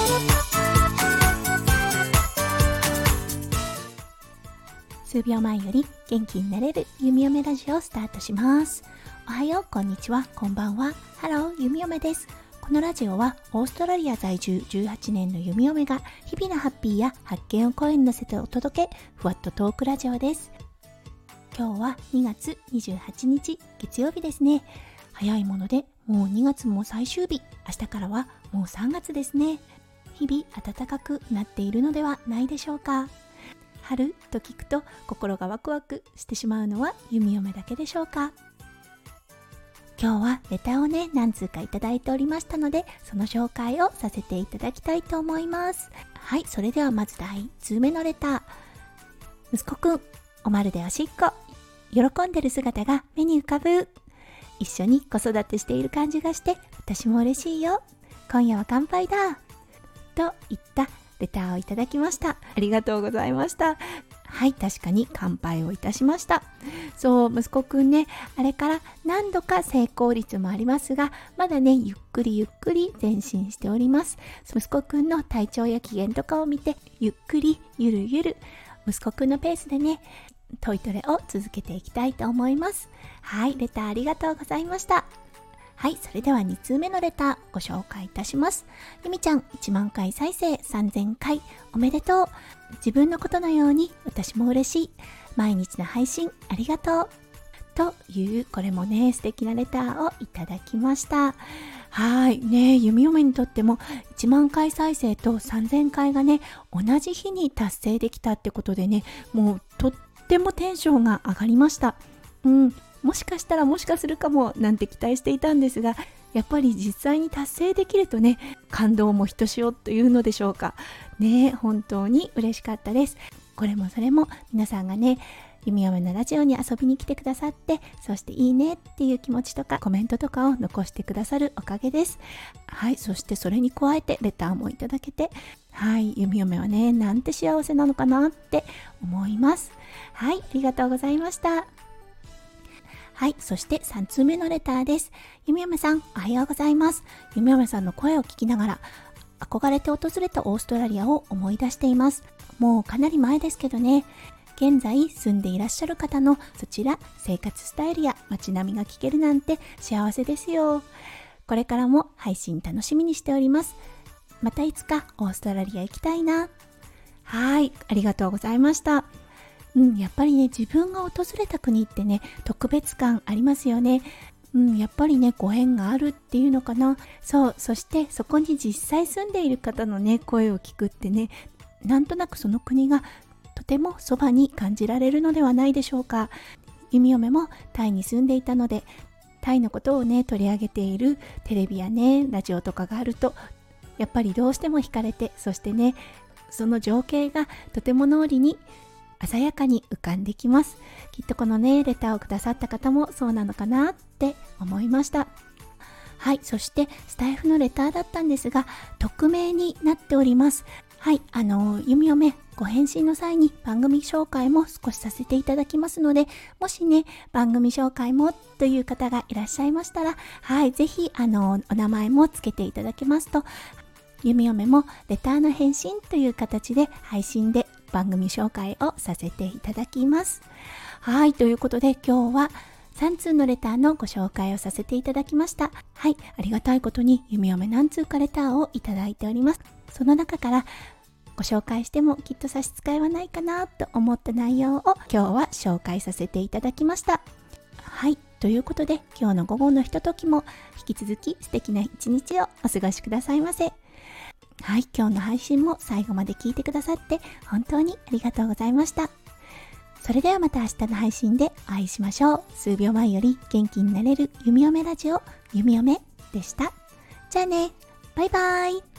数秒前より元気になれる弓嫁ラジオをスタートします。おはよう、こんにちは、こんばんは。ハロー、弓嫁です。このラジオはオーストラリア在住18年の弓嫁が日々のハッピーや発見を声に乗せてお届け、ふわっとトークラジオです。今日は2月28日月曜日ですね。早いものでもう2月も最終日、明日からはもう3月ですね。日々暖かくなっているのではないでしょうか。春と聞くと心がワクワクしてしまうのは弓嫁だけでしょうか。今日はレターをね、何通かいただいておりましたので、その紹介をさせていただきたいと思います。はい、それではまず第1通目のレター。息子くん、おまるでおしっこ、喜んでる姿が目に浮かぶ。一緒に子育てしている感じがして私も嬉しいよ。今夜は乾杯だといったレターをいただきました。ありがとうございました。はい、確かに乾杯をいたしました。そう、息子くんね、あれから何度か成功率もありますが、まだね、ゆっくり前進しております。息子くんの体調や機嫌とかを見て、ゆっくりゆるゆる息子くんのペースでね、トイトレを続けていきたいと思います。はい、レターありがとうございました。はい、それでは2通目のレターご紹介いたします。ゆみちゃん、1万回再生3000回おめでとう。自分のことのように私も嬉しい。毎日の配信ありがとう。という、これもね、素敵なレターをいただきました。はいね、弓嫁にとっても1万回再生と3000回がね、同じ日に達成できたってことでね、もうとってもテンションが上がりました。もしかしたらもしかするかもなんて期待していたんですが、やっぱり実際に達成できるとね、感動もひとしおというのでしょうかね。本当に嬉しかったです。これもそれも皆さんがね、弓嫁のラジオに遊びに来てくださって、そしていいねっていう気持ちとかコメントとかを残してくださるおかげです。はい、そしてそれに加えてレターもいただけて、はい、弓嫁はね、なんて幸せなのかなって思います。はい、ありがとうございました。はい、そして3通目のレターです。弓嫁さん、おはようございます。弓嫁さんの声を聞きながら、憧れて訪れたオーストラリアを思い出しています。もうかなり前ですけどね。現在住んでいらっしゃる方のそちら、生活スタイルや街並みが聞けるなんて幸せですよ。これからも配信楽しみにしております。またいつかオーストラリア行きたいな。はい、ありがとうございました。やっぱりね、自分が訪れた国ってね、特別感ありますよね。やっぱりね、ご縁があるっていうのかな。そう、そしてそこに実際住んでいる方のね、声を聞くってね、なんとなくその国がとてもそばに感じられるのではないでしょうか。弓嫁もタイに住んでいたので、タイのことをね、取り上げているテレビやね、ラジオとかがあると、やっぱりどうしても惹かれて、そしてね、その情景がとても脳裏に鮮やかに浮かんできます。きっとこのね、レターをくださった方もそうなのかなって思いました。はい、そしてスタイフのレターだったんですが、匿名になっております。はい、弓嫁ご返信の際に番組紹介も少しさせていただきますので、もしね、番組紹介もという方がいらっしゃいましたら、はい、ぜひお名前もつけていただけますと、弓嫁もレターの返信という形で配信で番組紹介をさせていただきます。はい、ということで今日は3通のレターのご紹介をさせていただきました。はい、ありがたいことに弓嫁何通かレターをいただいております。その中からご紹介してもきっと差し支えはないかなと思った内容を今日は紹介させていただきました。はい、ということで今日の午後のひとときも引き続き素敵な一日をお過ごしくださいませ。はい、今日の配信も最後まで聞いてくださって本当にありがとうございました。それではまた明日の配信でお会いしましょう。数秒前より元気になれる弓嫁ラジオ、弓嫁でした。じゃあね、バイバイ。